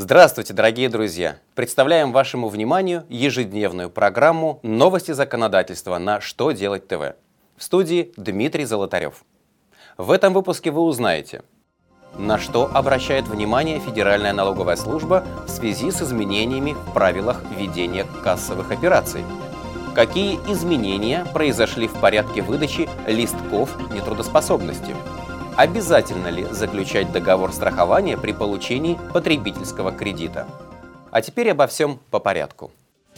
Здравствуйте, дорогие друзья! Представляем вашему вниманию ежедневную программу «Новости законодательства» на «Что делать ТВ». В студии Дмитрий Золотарев. В этом выпуске вы узнаете, на что обращает внимание Федеральная налоговая служба в связи с изменениями в правилах ведения кассовых операций, какие изменения произошли в порядке выдачи листков нетрудоспособности, обязательно ли заключать договор страхования при получении потребительского кредита. А теперь обо всем по порядку.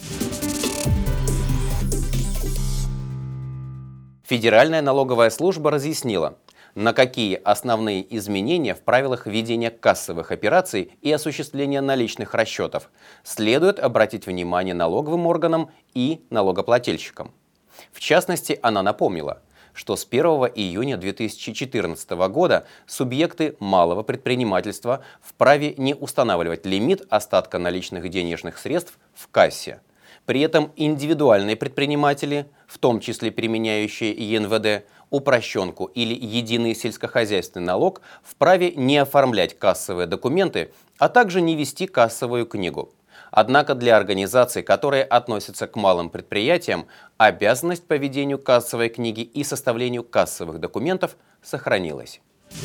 Федеральная налоговая служба разъяснила, на какие основные изменения в правилах ведения кассовых операций и осуществления наличных расчетов следует обратить внимание налоговым органам и налогоплательщикам. В частности, она напомнила, что с 1 июня 2014 года субъекты малого предпринимательства вправе не устанавливать лимит остатка наличных денежных средств в кассе. При этом индивидуальные предприниматели, в том числе применяющие ЕНВД, упрощенку или единый сельскохозяйственный налог, вправе не оформлять кассовые документы, а также не вести кассовую книгу. Однако для организаций, которые относятся к малым предприятиям, обязанность по ведению кассовой книги и составлению кассовых документов сохранилась.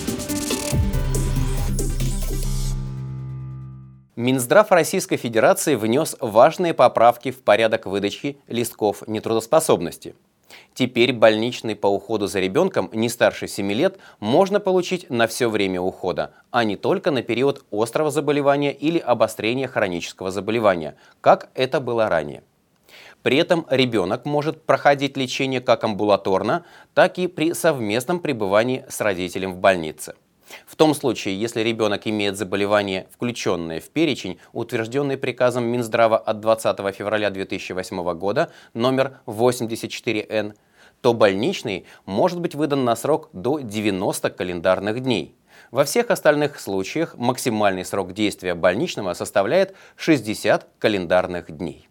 Минздрав Российской Федерации внес важные поправки в порядок выдачи листков нетрудоспособности. Теперь больничный по уходу за ребенком не старше 7 лет можно получить на все время ухода, а не только на период острого заболевания или обострения хронического заболевания, как это было ранее. При этом ребенок может проходить лечение как амбулаторно, так и при совместном пребывании с родителем в больнице. В том случае, если ребенок имеет заболевание, включенное в перечень, утвержденный приказом Минздрава от 20 февраля 2008 года номер 84Н, то больничный может быть выдан на срок до 90 календарных дней. Во всех остальных случаях максимальный срок действия больничного составляет 60 календарных дней.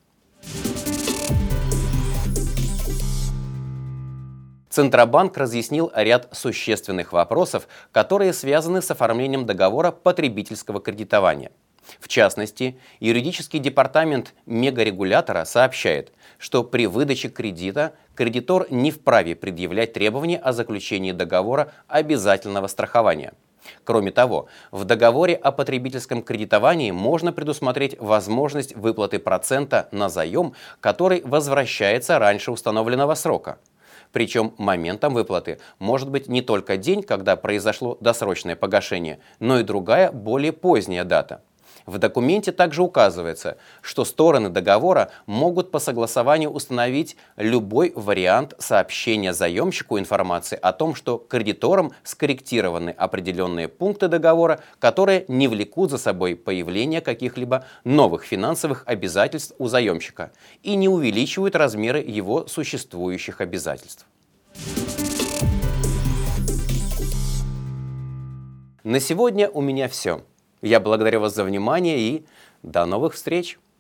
Центробанк разъяснил ряд существенных вопросов, которые связаны с оформлением договора потребительского кредитования. В частности, юридический департамент мегарегулятора сообщает, что при выдаче кредита кредитор не вправе предъявлять требования о заключении договора обязательного страхования. Кроме того, в договоре о потребительском кредитовании можно предусмотреть возможность выплаты процента на заем, который возвращается раньше установленного срока. Причем моментом выплаты может быть не только день, когда произошло досрочное погашение, но и другая, более поздняя дата. В документе также указывается, что стороны договора могут по согласованию установить любой вариант сообщения заемщику информации о том, что кредиторам скорректированы определенные пункты договора, которые не влекут за собой появление каких-либо новых финансовых обязательств у заемщика и не увеличивают размеры его существующих обязательств. На сегодня у меня все. Я благодарю вас за внимание и до новых встреч!